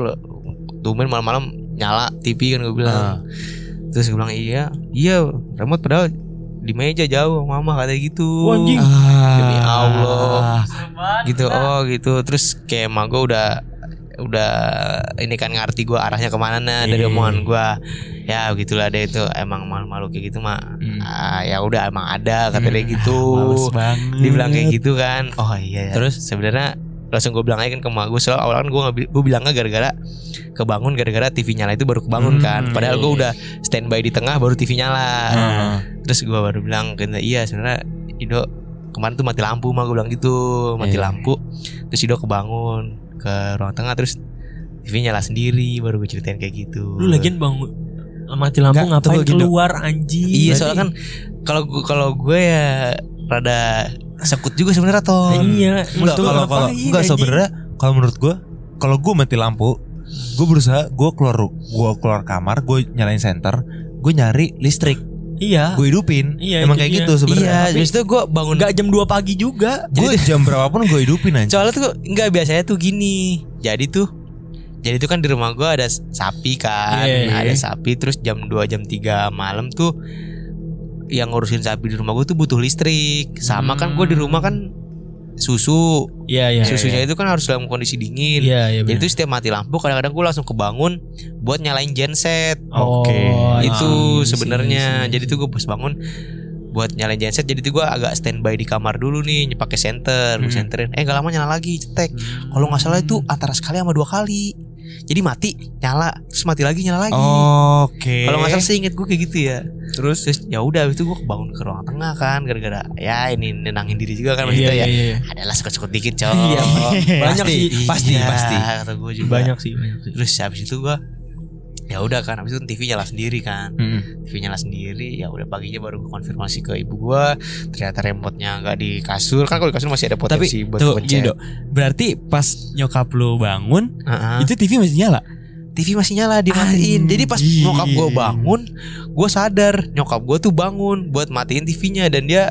tumben malam-malam nyala TV kan, gue bilang. Terus gue bilang iya remote padahal di meja jauh mama katanya gitu.
Anjing.
Demi Allah gitu. Gitu. Terus kayak emak gue udah ini kan ngerti gue arahnya kemana dari omongan gue. Ya begitulah deh, itu emang malu-malu kayak gitu mah. Ya udah emang ada katanya gitu.
Males banget.
Dibilang kayak gitu kan. Oh iya.
Terus
sebenarnya langsung gue bilang aja kan ke emak gue. Soalnya awalnya kan gue bilangnya gara-gara kebangun, gara-gara TV nyala itu baru kebangun kan. Padahal gue udah standby di tengah baru TV nyala. Terus gue baru bilang ke iya sebenarnya Ido kemarin tuh mati lampu mah, gue bilang gitu. Mati lampu. Terus Ido kebangun ke ruang tengah, terus TV nyala sendiri, baru gue ceritain kayak gitu.
Lu lagian bangun mati lampu ngapain keluar anjing?
Iya soalnya kan kalau gue ya rada sekut juga sebenarnya toh.
Iya.
Enggak sebenarnya kalau menurut gue, kalau gue mati lampu, gue berusaha gue keluar kamar, gue nyalain senter, gue nyari listrik.
Iya.
Gue hidupin.
Iya,
emang kayak gitu sebenarnya.
Iya, habis itu gue bangun
Gak jam 2 pagi juga.
Gue jam berapapun gue hidupin aja.
Soalnya tuh enggak, biasanya tuh gini. Jadi tuh kan di rumah gue ada sapi kan. Ada sapi, terus jam 2 jam 3 malam tuh yang ngurusin sapi di rumah gue tuh butuh listrik. Sama kan gue di rumah kan susu.
Iya.
Susunya itu kan harus dalam kondisi dingin.
Iya.
Jadi itu setiap mati lampu kadang-kadang gue langsung kebangun buat nyalain genset. Itu sebenarnya. Jadi tuh gue pas bangun buat nyalain genset. Jadi tuh gue agak standby di kamar dulu nih, pakai senter, gue senterin. Gak lama nyala lagi, cetek. Kalau nggak salah itu antara sekali sama 2 kali. Jadi mati, nyala, terus mati lagi, nyala lagi.
Oke.
Kalau nggak salah sih inget gue kayak gitu ya. Terus ya udah itu gue bangun ke ruang tengah kan, gara-gara ya ini nenangin diri juga kan maksudnya ya. Adalah sekut-sekut dikit coy.
Banyak sih,
pasti.
Kata gue juga.
Banyak sih.
Terus habis itu gue ya udah kan, habis itu TV nyala sendiri kan. TV nyala sendiri, ya udah paginya baru gue konfirmasi ke ibu gue, ternyata remote-nya nggak di kasur. Kan kalau di kasur masih ada potensi buat pencet.
Berarti pas nyokap lu bangun, itu TV masih nyala.
TV masih nyala, dimatiin. Jadi pas nyokap gue bangun, gue sadar nyokap gue tuh bangun buat matiin TV-nya, dan dia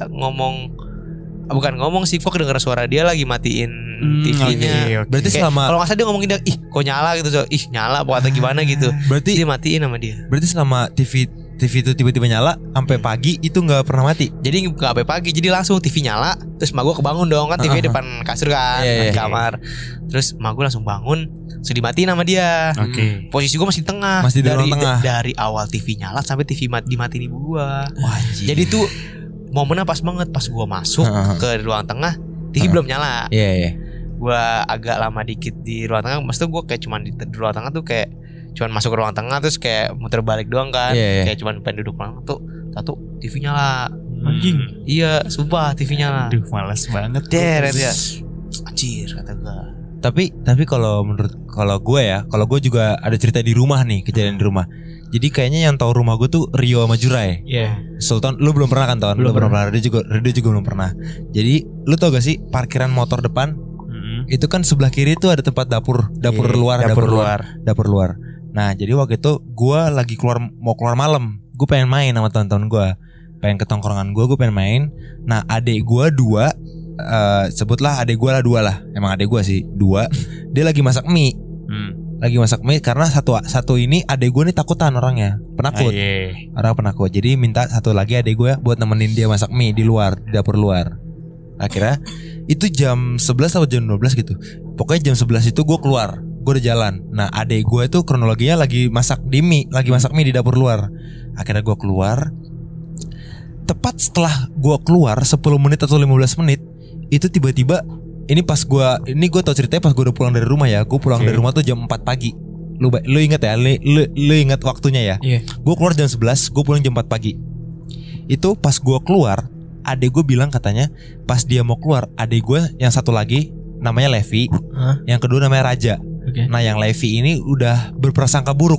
bukan ngomong sih, kok kedengar suara dia lagi matiin TV-nya.
Okay.
Berarti
Kayak,
selama
kalau nggak salah dia ngomongin dia, ih kok nyala gitu, nyala atau gimana gitu.
berarti
Dia matiin sama dia.
berarti selama TV itu tiba-tiba nyala sampai pagi itu nggak pernah mati.
Jadi nggak sampai pagi, jadi langsung TV nyala. Terus mak gue kebangun dong kan, TV depan kasur kan, di kamar. Terus mak gue langsung bangun, sudah dimatiin sama dia.
Oke.
Posisi gue masih di tengah.
Masih di ruang tengah.
Dari awal TV nyala sampai TV dimatiin ibu gue. Jadi tuh momennya pas banget, pas gue masuk ke ruang tengah, TV belum nyala.
Iya.
Gue agak lama dikit di ruang tengah. Maksudnya gue kayak cuman di ruang tengah tuh kayak cuman masuk ke ruang tengah terus kayak muter balik doang kan. Kayak cuman pengen duduk ruang tuh, satu TV nyala.
Anjing.
Iya, sumpah TV nyala.
Aduh, males banget.
Deret ya. Anjir kata gue.
Tapi kalau gue ya, kalau gue juga ada cerita di rumah nih, kejadian di rumah. Jadi kayaknya yang tahu rumah gue tuh Rio sama Jurai. Sultan, lu belum pernah kan Ton? Lu belum pernah. Rio juga belum pernah. Jadi lu tau gak sih parkiran motor depan? Itu kan sebelah kiri tuh ada tempat dapur luar. Nah jadi waktu itu gue lagi mau keluar malam, gue pengen main sama teman-teman gue, pengen ke tongkrongan gue pengen main. Nah adik gue 2, sebutlah adik gue lah 2 lah, emang adik gue sih 2. Dia lagi masak mie, karena satu ini adik gue nih takutan orangnya, penakut, orang penakut. Jadi minta satu lagi adik gue buat nemenin dia masak mie di luar, di dapur luar. Akhirnya itu jam 11 atau jam 12 gitu. Pokoknya jam 11 itu gue keluar, gue udah jalan. Nah adik gue tuh kronologinya lagi masak mie di dapur luar. Akhirnya gue keluar. Tepat setelah gue keluar 10 menit atau 15 menit, itu tiba-tiba ini gue tau ceritanya pas gue udah pulang dari rumah ya. Gue pulang dari rumah tuh jam 4 pagi. Lu ingat ya, lu ingat waktunya ya. Gue keluar jam 11, gue pulang jam 4 pagi. Itu pas gue keluar, adek gue bilang katanya pas dia mau keluar, adek gue yang satu lagi namanya Levi, yang kedua namanya Raja. Nah yang Levi ini udah berprasangka buruk.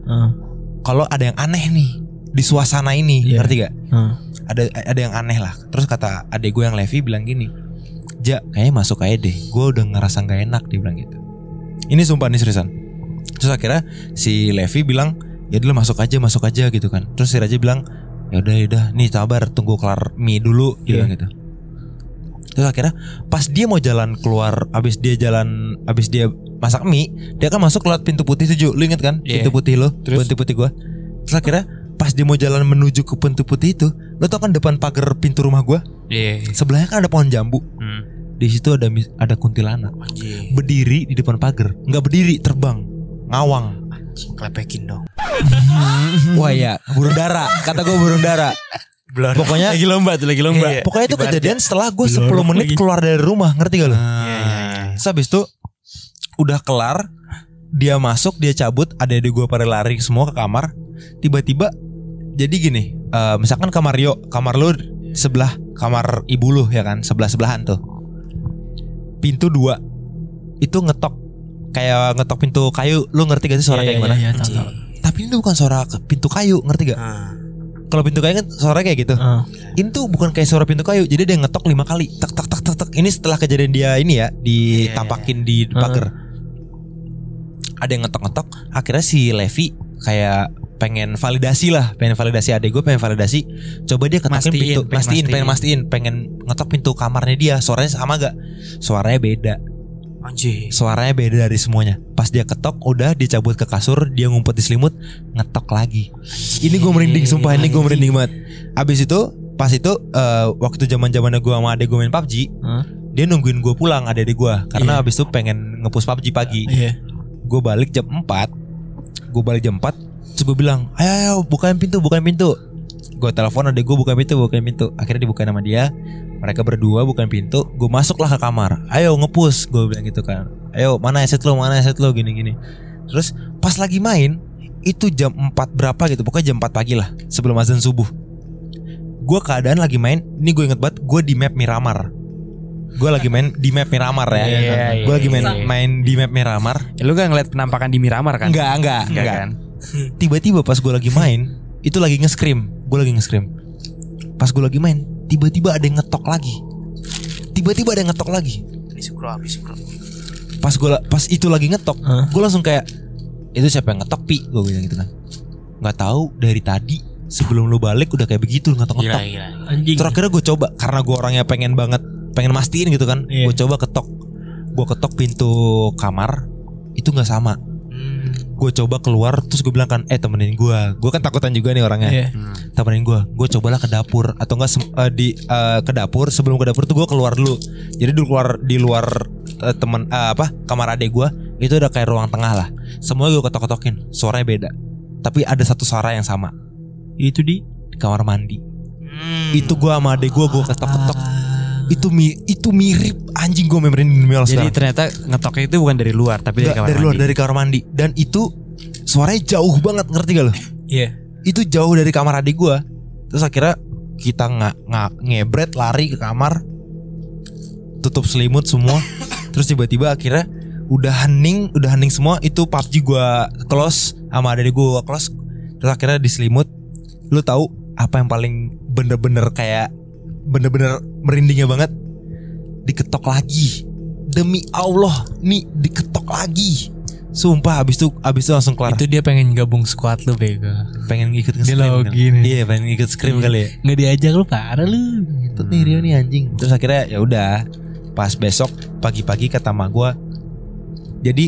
Kalau ada yang aneh nih di suasana ini, ngerti gak? Ada yang aneh lah. Terus kata adek gue yang Levi bilang gini, Ja, kayaknya masuk aja deh, gue udah ngerasa gak enak, dia bilang gitu. Ini sumpah nih seriusan. Terus akhirnya si Levi bilang, ya dulu masuk aja gitu kan. Terus si Raja bilang, ya udah nih sabar, tunggu kelar mie dulu, dia bilang gitu. Terus akhirnya pas dia mau jalan keluar, abis dia masak mie, dia kan masuk lewat pintu putih tuh, lu inget kan? Pintu putih lo, pintu putih gua. Terus akhirnya pas dia mau jalan menuju ke pintu putih itu, lo tau kan depan pagar pintu rumah gua? Sebelahnya kan ada pohon jambu. Di situ ada kuntilanak. Berdiri di depan pagar, nggak berdiri, terbang, ngawang.
Klepekin dong.
Wah ya, burung dara. Kata gue burung dara. Pokoknya
lagi lomba.
Pokoknya itu kejadian setelah gue 10 menit keluar dari rumah, ngerti gak lo? Terus habis itu udah kelar, dia masuk, dia cabut, adik gue pada lari semua ke kamar. Tiba-tiba jadi gini, misalkan kamar lu sebelah kamar ibu lu ya kan, sebelahan tuh. Pintu 2 itu ngetok, kayak ngetok pintu kayu. Lu ngerti gak sih suara kayak gimana? Tapi ini bukan suara pintu kayu, ngerti gak? Kalau pintu kayu kan suaranya kayak gitu. Ini tuh bukan kayak suara pintu kayu. Jadi dia ngetok 5 kali. Tak tak tak tak tak. Ini setelah kejadian dia ini ya, ditampakin di pagar. Ada yang ngetok-ngetok. Akhirnya si Levi kayak pengen validasi adek gue, pengen validasi. Coba dia ketokin pintu, pengen ngetok pintu kamarnya dia. Suaranya sama gak? Suaranya beda. Suaranya beda dari semuanya. Pas dia ketok, udah dicabut ke kasur, dia ngumpet di selimut, ngetok lagi. Ini gue merinding, sumpah ini gue merinding banget. Abis itu, pas itu waktu zaman-zamannya gue sama adek gue main PUBG, dia nungguin gue pulang, adek gue, karena abis itu pengen nge-push PUBG pagi. Gue balik jam 4, terus gue bilang, ayo bukain pintu. Gue telepon adek gue, bukain pintu. Akhirnya dibukain sama dia. Mereka berdua bukain pintu. Gue masuklah ke kamar. Ayo nge-push, gue bilang gitu kan. Ayo mana headset lo gini-gini. Terus pas lagi main, Itu jam 4 berapa gitu, pokoknya jam 4 pagi lah, sebelum azan subuh. Gue keadaan lagi main, ini gue inget banget, gue di map Miramar. Gue lagi main di map Miramar ya. Gue lagi main di map Miramar.
Ya, lu gak ngeliat penampakan di Miramar kan?
Enggak
kan?
Tiba-tiba pas gue lagi main, itu lagi nge-scream. Gue lagi nge-scream. Pas gue lagi main, tiba-tiba ada yang ngetok lagi. Pas itu lagi ngetok, gue langsung kayak, itu siapa yang ngetok Pi? Gue bilang gitu kan. Gak tahu dari tadi sebelum lu balik udah kayak begitu ngetok-ngetok.
Anjing.
Terus akhirnya gue coba, karena gue orangnya pengen mastiin gitu kan. Gue coba gue ketok pintu kamar, itu nggak sama. Gue coba keluar, terus gue bilang kan, temenin gue kan takutan juga nih orangnya. Temenin gue cobalah ke dapur atau enggak ke dapur. Sebelum ke dapur tuh gue keluar dulu. Jadi di luar kamar adek gue itu ada kayak ruang tengah lah. Semua gue ketok-ketokin, suaranya beda. Tapi ada satu suara yang sama.
Itu di
kamar mandi. Itu gue sama adek gue ketok-ketok. Itu mirip, anjing, gue memorin email
Jadi
sekarang.
ternyata ngetoknya itu bukan dari luar, tapi dari kamar mandi.
Luar, dari kamar mandi. Dan itu suaranya jauh banget, ngerti gak lo?
Iya.
Itu jauh dari kamar adik gue. Terus akhirnya kita ngebret lari ke kamar, tutup selimut semua. Terus tiba-tiba akhirnya udah hening semua. Itu PUBG gue close, sama adik gue close. Terus akhirnya di selimut. Lu tahu apa yang paling bener-bener merindingnya banget? Diketok lagi. Demi Allah, nih diketok lagi. Sumpah, abis itu langsung kelar.
Itu dia pengen gabung squad lu bego.
Pengen ikut
Dia
nge-scream
login.
Iya, pengen ikut scream kali ya.
Nggak diajak lu, parah lu.
Itu nih Rio nih anjing. Terus akhirnya ya udah, pas besok pagi-pagi kata mak gue, jadi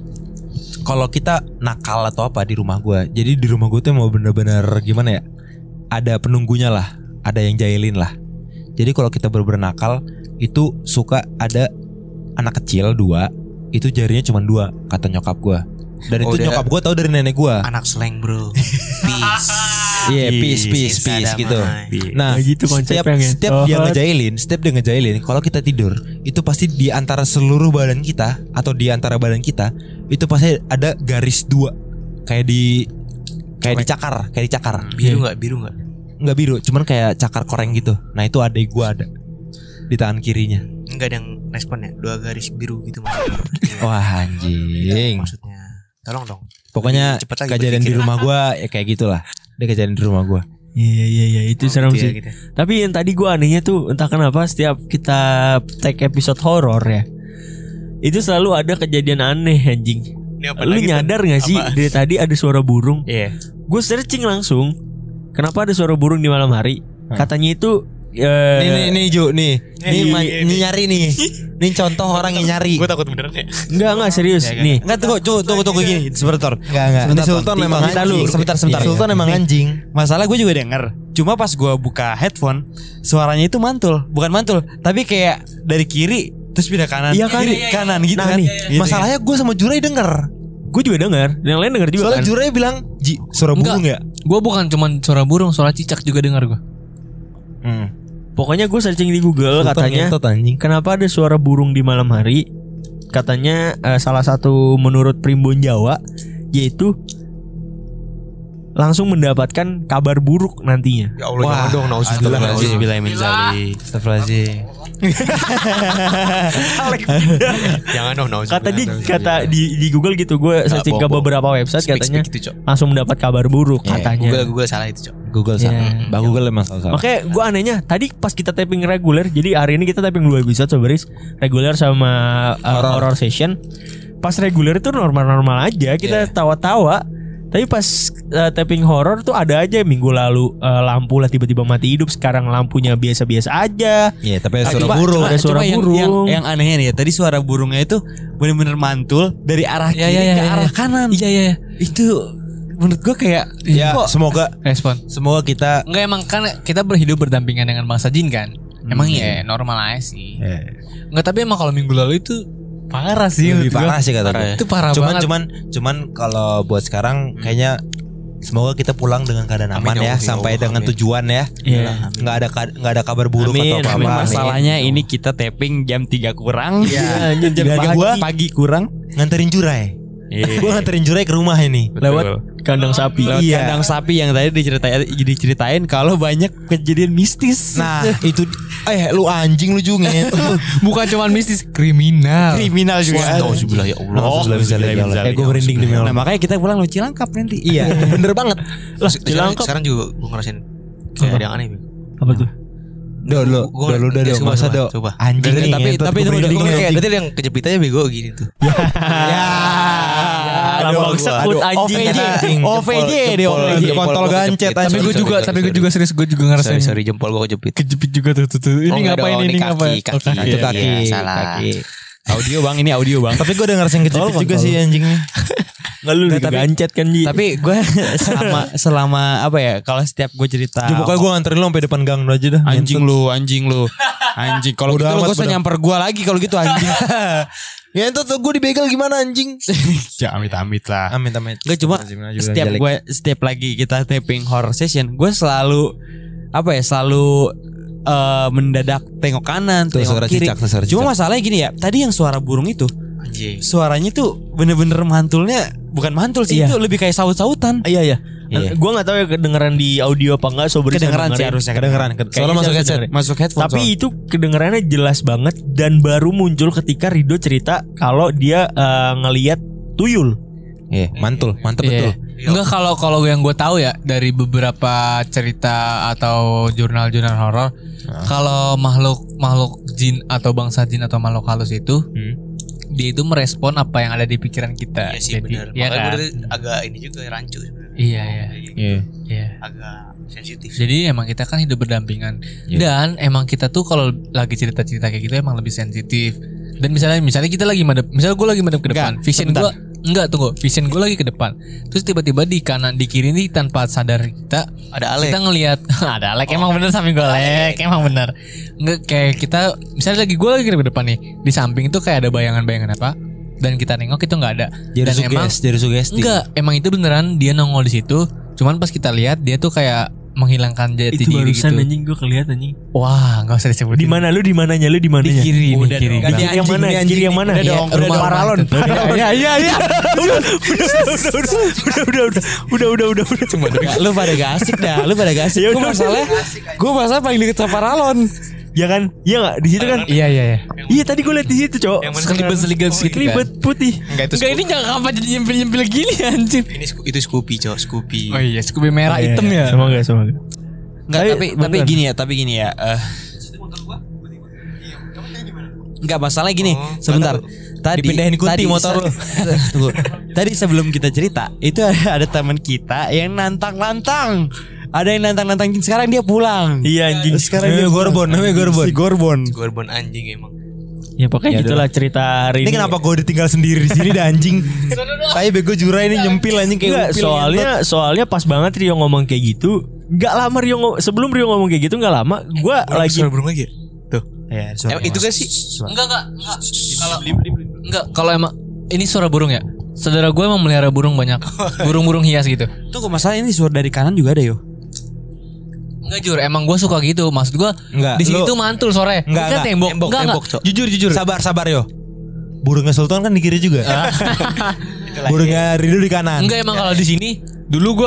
kalau kita nakal atau apa di rumah gue, jadi di rumah gue tuh mau bener-bener gimana ya, ada penunggunya lah, ada yang jahilin lah. Jadi kalau kita bener-bener nakal, itu suka ada anak kecil 2, itu jarinya cuma 2 kata nyokap gue. Dan itu nyokap gue tahu dari nenek gue.
Anak slang bro. Peace.
Iya, peace gitu. Nah,
gitu konsepnya.
setiap dia ngejailin, kalau kita tidur, itu pasti di antara seluruh badan kita atau di antara badan kita, itu pasti ada garis 2. Kayak dicakar.
Biru enggak?
Enggak biru, cuman kayak cakar koreng gitu. Nah, itu adek gue ada di tangan kirinya.
Enggak ada yang respon ya? 2 garis biru gitu maksudnya.
Wah, anjing.
Maksudnya. Tolong dong.
Pokoknya
Cepet lagi
kejadian di
berpikir.
rumah gue ya kayak gitulah. Dia kejadian di rumah gue.
Iya itu serem
gitu ya,
sih.
gitu.
Tapi yang tadi gue anehnya tuh entah kenapa setiap kita take episode horor ya, itu selalu ada kejadian aneh anjing. Lu nyadar gak sih dari tadi ada suara burung?
Iya.
Gue searching langsung, kenapa ada suara burung di malam hari? Katanya itu
Nih Ju, nih nyari nih. Nih contoh orang yang nyari.
Gue takut beneran ya.
Enggak serius. Nih.
Enggak, tunggu gini sebentar.
Enggak. Ini Sultan memang anjing. Sebentar. Sultan memang anjing.
Masalah gue juga denger. Cuma pas gue buka headphone, suaranya itu mantul. Bukan mantul, tapi kayak dari kiri terus pindah kanan.
Iya kan?
Kiri, kanan gitu
Nah,
kan.
nih,
Gitu.
Masalahnya gue sama Jurai denger.
Gue juga denger. Yang lain denger juga
Soalnya
kan.
Jurai bilang, "Ji, suara burung ya?"
Gue bukan cuman suara burung, suara cicak juga dengar gue.
Pokoknya gue searching di Google
Sultan
katanya
ngentot, anjing.
kenapa ada suara burung di malam hari? Katanya salah satu menurut Primbon Jawa yaitu langsung mendapatkan kabar buruk nantinya.
Ya Allah,
Wah,
jangan dong.
Astagfirullahaladzim.
Jangan dong.
Kata di Google gitu, gue searching ke beberapa website katanya
gitu, Cok.
langsung mendapat kabar buruk katanya.
Google salah itu, Cok.
Google salah. Bang Google emang salah.
Makanya gue anehnya tadi pas kita taping reguler, jadi hari ini kita taping 2 episode sebenarnya, reguler sama horror session. Pas reguler itu normal-normal aja, kita tawa-tawa. Tapi pas taping horror tuh ada aja minggu lalu lampu lah tiba-tiba mati hidup, sekarang lampunya biasa-biasa aja.
Iya, tapi ada
Cuma-
suara burung.
Ada suara
Cuma
burung.
yang anehnya nih ya, tadi suara burungnya itu benar-benar mantul dari arah kiri ke arah kanan.
Iya.
Itu menurut gue kayak
Ya,
kok
Respon.
semoga kita
Enggak, emang kan kita berhidup berdampingan dengan bangsa jin kan. Emang ya normal aja sih. Enggak, tapi emang kalau minggu lalu itu parah sih.
lebih
menurut gua.
parah sih kata gue.
Itu parah banget.
Cuman kalau buat sekarang kayaknya semoga kita pulang dengan keadaan aman
Amin,
ya,
ya Allah,
sampai
ya Allah,
dengan
amin.
tujuan ya.
Iya.
Nggak ada kabar buruk
Amin,
atau
amin,
apa-apa.
Masalahnya ini kita taping jam 3 kurang.
Iya,
jam
Dan
pagi,
gua
pagi kurang.
Nganterin Jurai. Gue nganterin Jurai ke rumah ini.
Lewat kandang sapi.
Lewat kandang sapi yang tadi diceritain kalau banyak kejadian mistis.
Nah itu lu anjing lu juga
Bukan cuma mistis, kriminal
juga.
Astagfirullah ya Allah.
Gue merinding demi
Nah
Allah.
makanya kita pulang lu Cilangkap nanti.
Iya bener banget.
Lah sekarang juga gue ngerasain kayak ada yang aneh.
Apa tuh?
Udah masa do.
Coba.
Anjing nih.
Tapi
merinding
kayak
anjing.
tadi yang kejepitannya bego gini tuh.
Lambang sekut anjing.
OVJ deh OVJ.
Kontol gancet.
Tapi gue juga serius, gue juga ngerasain.
Sorry jempol gue kejepit
juga tuh. Ini ngapain ini ngapain?
Itu kaki.
Salah.
Audio bang, ini audio bang.
Tapi gue udah ngerasain kejepit juga sih anjing nih.
Nggak lu gancet kan Ji.
Tapi gue selama apa ya? Kalau setiap gue cerita,
Pokoknya gue nganterin lo sampai depan gang aja dah.
anjing lu. Anjing. Kalau gitu lu gak usah nyamper gue lagi kalau gitu anjing.
Ya itu tuh gue dibegal gimana anjing.
Ya amit-amit lah.
Amit.
Gue cuma setiap lagi kita taping horror session, gue selalu mendadak tengok kanan,
Tuh,
tengok
suara
kiri.
cicak.
Cuma masalahnya gini ya, tadi yang suara burung itu,
anjing.
suaranya tuh bener-bener mantulnya, bukan mantul sih,
Iya.
itu lebih kayak saut-sautan.
Iya. Gue nggak tahu ya kedengeran di audio apa enggak. Sobri
Kedengeran sih harusnya
Kedengeran. Soalnya masuk headset.
Masuk headphone.
Tapi itu kedengarannya jelas banget dan baru muncul ketika Rido cerita kalau dia ngelihat tuyul.
Iya, mantep betul.
Enggak, kalau yang gue tahu ya dari beberapa cerita atau jurnal-jurnal horor, kalau makhluk jin atau bangsa jin atau makhluk halus itu, dia itu merespon apa yang ada di pikiran kita.
Iya sih
Jadi,
benar.
ya
Makanya
kan?
gue agak ini juga rancu sebenarnya.
Iya.
Agak sensitif.
Jadi emang kita kan hidup berdampingan dan emang kita tuh kalau lagi cerita-cerita kayak gitu emang lebih sensitif. Dan misalnya kita lagi misalnya gue lagi madep ke depan, vision gue lagi ke depan. Terus tiba-tiba di kanan di kiri nih tanpa sadar kita
Ada Alek.
kita ngelihat ada Alek, emang bener samping gue Alek, emang bener. Nggak kayak kita misalnya gue lagi ke depan nih, di samping itu kayak ada bayangan-bayangan apa dan kita nengok itu nggak ada.
Jadi sugesti.
Enggak, emang itu beneran dia nongol di situ. Cuman pas kita lihat dia tuh kayak menghilangkan jati
Itu
diri
barusan
gitu.
anjing gue kelihatan anjing.
Wah, nggak usah disebutin.
Di mana lu di mananya?
Di kiri,
Udah
di kiri.
dong.
Kiri yang mana? Kiri yang mana?
Udah dong,
Rumah
udah
paralon.
Iya.
Udah.
Cuma lu pada gak asik dah. Gue masalah paling deket sama paralon.
Ya kan? Iya enggak? Di situ kan?
Iya.
Iya tadi gue lihat di situ, Cok. Kelibet putih.
Enggak itu
Enggak, ini jangan apa jadi nyempil-nyempil gini anjir.
itu Scoopy, Cok. Scoopy.
Oh iya, Scoopy merah hitam ya.
Semoga.
Enggak, tapi gini ya. Enggak, masalah gini. Sebentar.
Dipindahin kunti motor lu.
Tunggu. Tadi sebelum kita cerita, itu ada teman kita yang nantang-nantang. Ada yang nantang-nantang, sekarang dia pulang.
Iya anjing.
Sekarang dia Gorbon. Si Gorbon.
Gorbon anjing emang.
Ya pokoknya gitulah cerita hari
Ini
ini.
kenapa gue ditinggal sendiri di sini dah anjing. Kayak bego Jura ini nyempil anjing kayak
Enggak, soalnya pas banget Rio ngomong kayak gitu. Enggak lama sebelum Rio ngomong kayak gitu enggak lama gua lagi
Suara burung lagi. Tuh.
Ya,
Itu kan sih.
Enggak. Kalau emang ini suara burung ya. Saudara gue emang melihara burung banyak. Burung-burung hias gitu.
Tunggu, masalah ini suara dari kanan juga ada yo.
Enggak jujur, emang gue suka gitu. Maksud gue
Enggak,
di sini
lu-
tuh mantul sore.
Enggak,
Kan tembok.
tembok, Cok.
Jujur.
Sabar yo. Burungnya Sultan kan di kiri juga. Burungnya Rido di kanan.
Enggak, emang kalau di sini dulu gue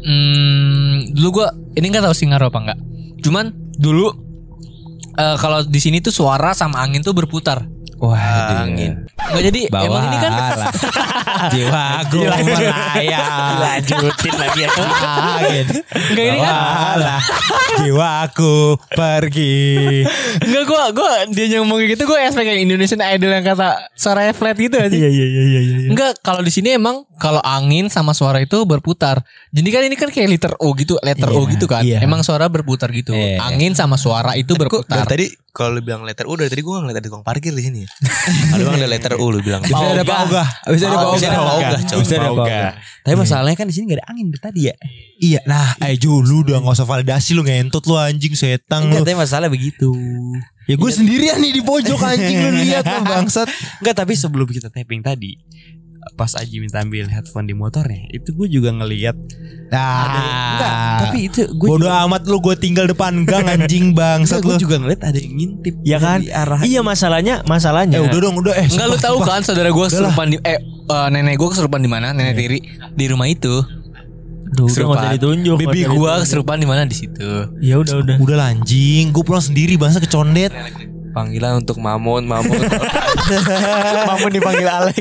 ini nggak tahu sih ngaruh apa enggak. Cuman dulu kalau di sini tuh suara sama angin tuh berputar.
Wah,
Angin.
Enggak, jadi emang ini kan
jiwaku melayang.
lanjutin lagi ya.
enggak ini kan
Jiwaku pergi.
enggak gue dia ngomong kayak gitu gue expect kayak Indonesian Idol yang kata suaranya flat gitu aja.
Iya.
Enggak, kalau di sini emang kalau angin sama suara itu berputar. Jadi kan ini kan kayak letter O gitu kan.
Iya.
Emang suara berputar gitu.
Iya.
Angin sama suara itu berputar.
Tadi kalau lu bilang letter U dari tadi gue ngeliat ada tukang parkir di sini ya. Ada bang ada letter U lu bilang.
Bisa ada paugah. Bisa ada
Bisa ada paugah, Cok.
Bisa ada paugah.
Tapi masalahnya kan di sini gak ada angin dari tadi ya.
Iya, nah, Ju lu udah enggak usah validasi lu ngentut lu anjing setang lu.
Enggak, tapi masalah begitu.
Ya gue sendirian nih di pojok anjing lu lihat lu bangsat.
Enggak, tapi sebelum kita taping tadi, pas Aji minta ambil headphone di motornya, itu gue juga ngelihat. Enggak, tapi itu gue
bodoh amat lu, gue tinggal depan gang anjing bangsat
gue
lu.
juga ngeliat ada yang ngintip.
Ya kan?
Di arah
Iya masalahnya.
Udah dong, udah
Enggak, lu tahu kan saudara gue kesurupan di nenek gue kesurupan di mana? Nenek tiri di rumah itu.
Duh, udah enggak usah ditunjuk.
Bibi gua keserupaan di mana di situ.
Ya udah.
Udah lah, anjing, gue pulang sendiri bangsa kecondet.
Panggilan untuk Mamun.
Mamun dipanggil Alek.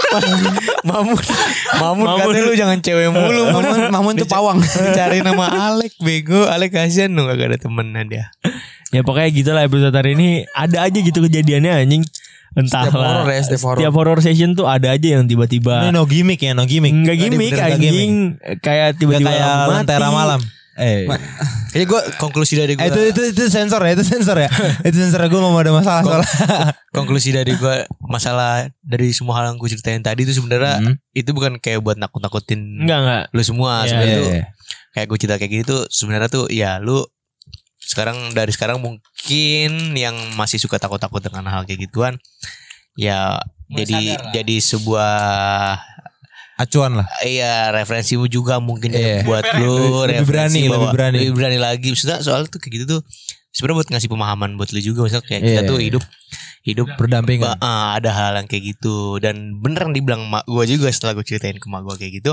Mamun katanya lu jangan cewek mulu.
Mamun tuh pawang.
Cari nama Alek bego. Alek kasihan lu gak ada temennya dia.
Ya pokoknya gitulah episode hari ini. Ada aja gitu kejadiannya anjing. Entahlah. Setiap horror session tuh ada aja yang tiba-tiba.
Ini no gimmick ya, no gimmick.
Enggak gimmick anjing. Kayak tiba-tiba
kayak Lentera Malam.
Kayaknya gue konklusi dari gue
itu sensor ya. Itu sensor gue mau ada masalah soalnya.
Konklusi dari gue masalah dari semua hal yang gue ceritain tadi itu sebenarnya itu bukan kayak buat nakut-nakutin
Enggak
lu semua. Sebenarnya tuh kayak gue cerita kayak gini tuh sebenarnya tuh ya lu dari sekarang mungkin yang masih suka takut-takut dengan hal kayak gituan ya jadi sebuah
acuan lah.
Iya, referensimu juga mungkin buat lu
lebih berani
lagi. Maksudnya soal tuh kayak gitu tuh sebenarnya buat ngasih pemahaman buat lu juga. Maksudnya kayak kita tuh hidup
berdampingan.
Ada hal yang kayak gitu dan beneran dibilang mak gue juga setelah gue ceritain ke mak gue kayak gitu.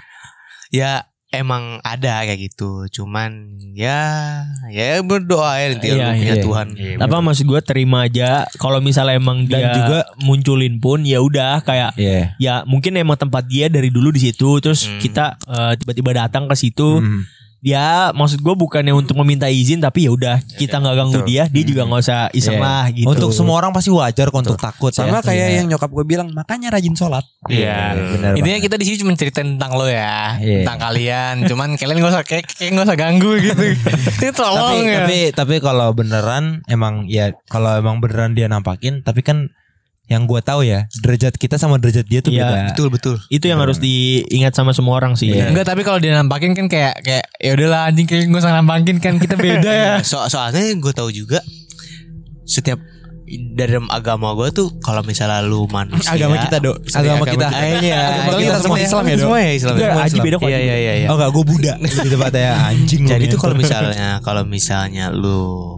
Ya emang ada kayak gitu. Cuman ya berdoa ya nanti punya Tuhan.
Apa maksud gue terima aja kalau misalnya emang
dan
dia
juga
munculin pun ya udah kayak ya mungkin emang tempat dia dari dulu di situ terus kita tiba-tiba datang ke situ. Ya maksud gue bukannya untuk meminta izin tapi ya udah kita nggak ganggu dia juga nggak usah iseng lah gitu.
Untuk semua orang pasti wajar kok untuk takut.
Sama kayak yang nyokap gue bilang makanya rajin sholat.
Iya. Intinya kita di sini cuma ceritain tentang lo ya, tentang kalian. Cuman kalian nggak usah kayak nggak usah ganggu gitu. Ini tolong ya.
Tapi kalau beneran emang beneran dia nampakin tapi kan yang gue tahu ya derajat kita sama derajat dia tuh beda.
Betul.
Itu yang harus diingat sama semua orang sih.
Enggak, tapi kalau dia nampakin kan kayak ya udahlah anjing kayak gue usah nampakin kan kita beda ya.
Soalnya gue tahu juga setiap dalam agama gue tuh kalau misalnya lu manusia
agama kita agama kita
kita semua Islam ya dok.
Islam. Haji beda kok.
Iya.
Oh enggak, gue Buddha gitu Pak ya anjing.
Jadi tuh kalau misalnya lu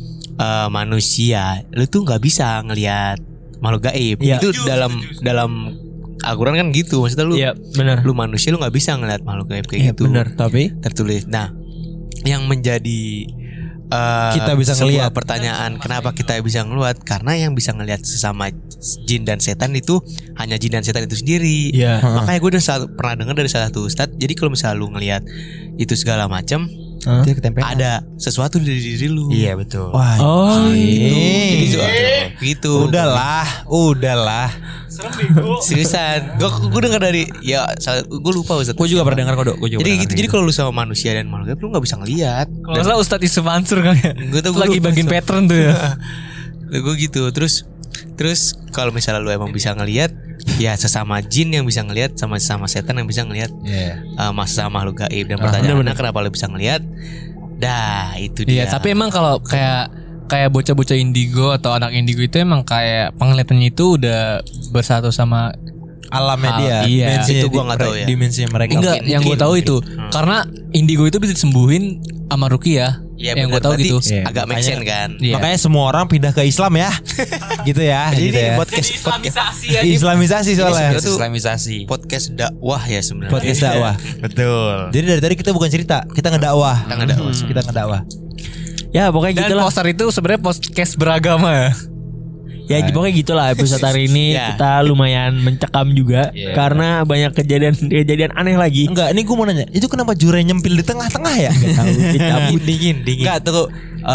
manusia, lu tuh nggak bisa ngelihat makhluk gaib. Itu dalam Al-Quran kan gitu. Maksudnya lu
bener.
Lu manusia lu gak bisa ngeliat makhluk gaib kayak gitu.
Bener.
Tapi
tertulis. Nah, yang menjadi
kita bisa ngelihat
pertanyaan kenapa kita bisa ngelihat, karena yang bisa ngelihat sesama jin dan setan itu hanya jin dan setan itu sendiri. Makanya gue udah pernah dengar dari salah satu ustadz. Jadi kalau misalnya lu ngelihat itu segala macam, ada sesuatu di diri lu.
Iya betul.
Wah,
gitu. Gitu.
Udahlah.
Serem bego. Seriusan. Gue dengar dari gue lupa Ustaz.
Gue juga pernah dengar kok, Dok.
Jadi gitu. Jadi kalau lu sama manusia dan makhluk gaib lu enggak bisa ngelihat.
Kalau salah Ustadz Yusuf Mansur kan ya.
Gue
lagi bagian pattern tuh ya.
Gue gitu. Terus kalau misalnya lu emang bisa ngelihat, ya sesama jin yang bisa ngelihat sama sesama setan yang bisa ngelihat. Sesama makhluk gaib. Dan pertanyaannya kenapa lu bisa ngelihat? Dah, itu dia.
Iya, tapi emang kalau kayak bocah-bocah indigo atau anak indigo itu emang kayak penglihatannya itu udah bersatu sama
alamnya dia.
Iya.
Itu gua nggak tahu ya.
Dimensinya mereka.
Enggak, yang gue tahu itu karena indigo itu bisa disembuhin sama ruqyah.
Ya,
yang gue tahu gitu.
Agak make sense kan.
Makanya semua orang pindah ke Islam ya. Gitu ya.
Jadi
gitu ya. Islamisasi soalnya.
Islamisasi.
Podcast dakwah ya sebenarnya.
Podcast dakwah.
Betul.
Jadi dari tadi kita bukan cerita, kita ngedakwah. Kita ngedakwah.
Ya pokoknya
dan
gitulah.
poster itu sebenarnya podcast beragama ya.
Ya pokoknya gitulah episode hari ini kita lumayan mencekam juga karena banyak kejadian aneh lagi.
Enggak, ini gue mau nanya, itu kenapa Jure nyempil di tengah-tengah ya?
Gak tahu, dicabut.
Dingin.
Enggak tuh.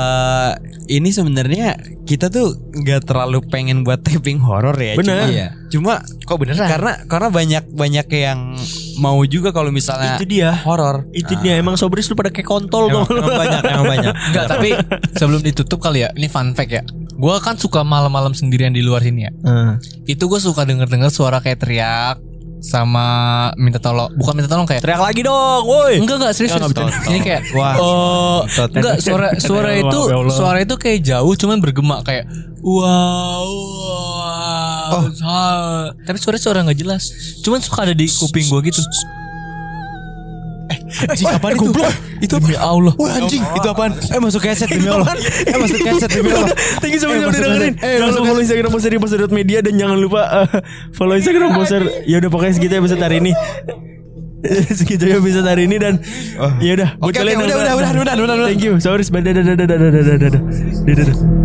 Ini sebenarnya kita tuh nggak terlalu pengen buat taping horor ya.
Bener.
Cuma
kok beneran?
Karena banyak yang mau juga kalau misalnya
itu dia
horor.
Itu dia emang sobris lu pada kayak kontol
emang
tuh.
Emang banyak.
Enggak, tapi sebelum ditutup kali ya, ini fun fact ya. Gue kan suka malam-malam sendirian di luar sini ya. Itu gue suka denger suara kayak teriak sama minta tolong. Bukan minta tolong, kayak
Teriak lagi dong, woi.
Enggak serius. Ini kayak enggak, suara itu kayak jauh cuman bergema kayak wow. Tapi suara enggak jelas. Cuman suka ada di kuping gue gitu.
Apaan itu?
Itu demi Allah.
Wah anjing, itu apaan? Masuk keset demi Allah. Masuk keset demi Allah.
Thank you semuanya udah dengerin. Langsung follow Instagram Poser di poser.media dan jangan lupa follow Instagram Poser. Ya udah pokoknya segitu episode hari ini. Segitu ya episode hari ini dan ya udah.
Oke, udah.
Thank you. Sorry, dadah.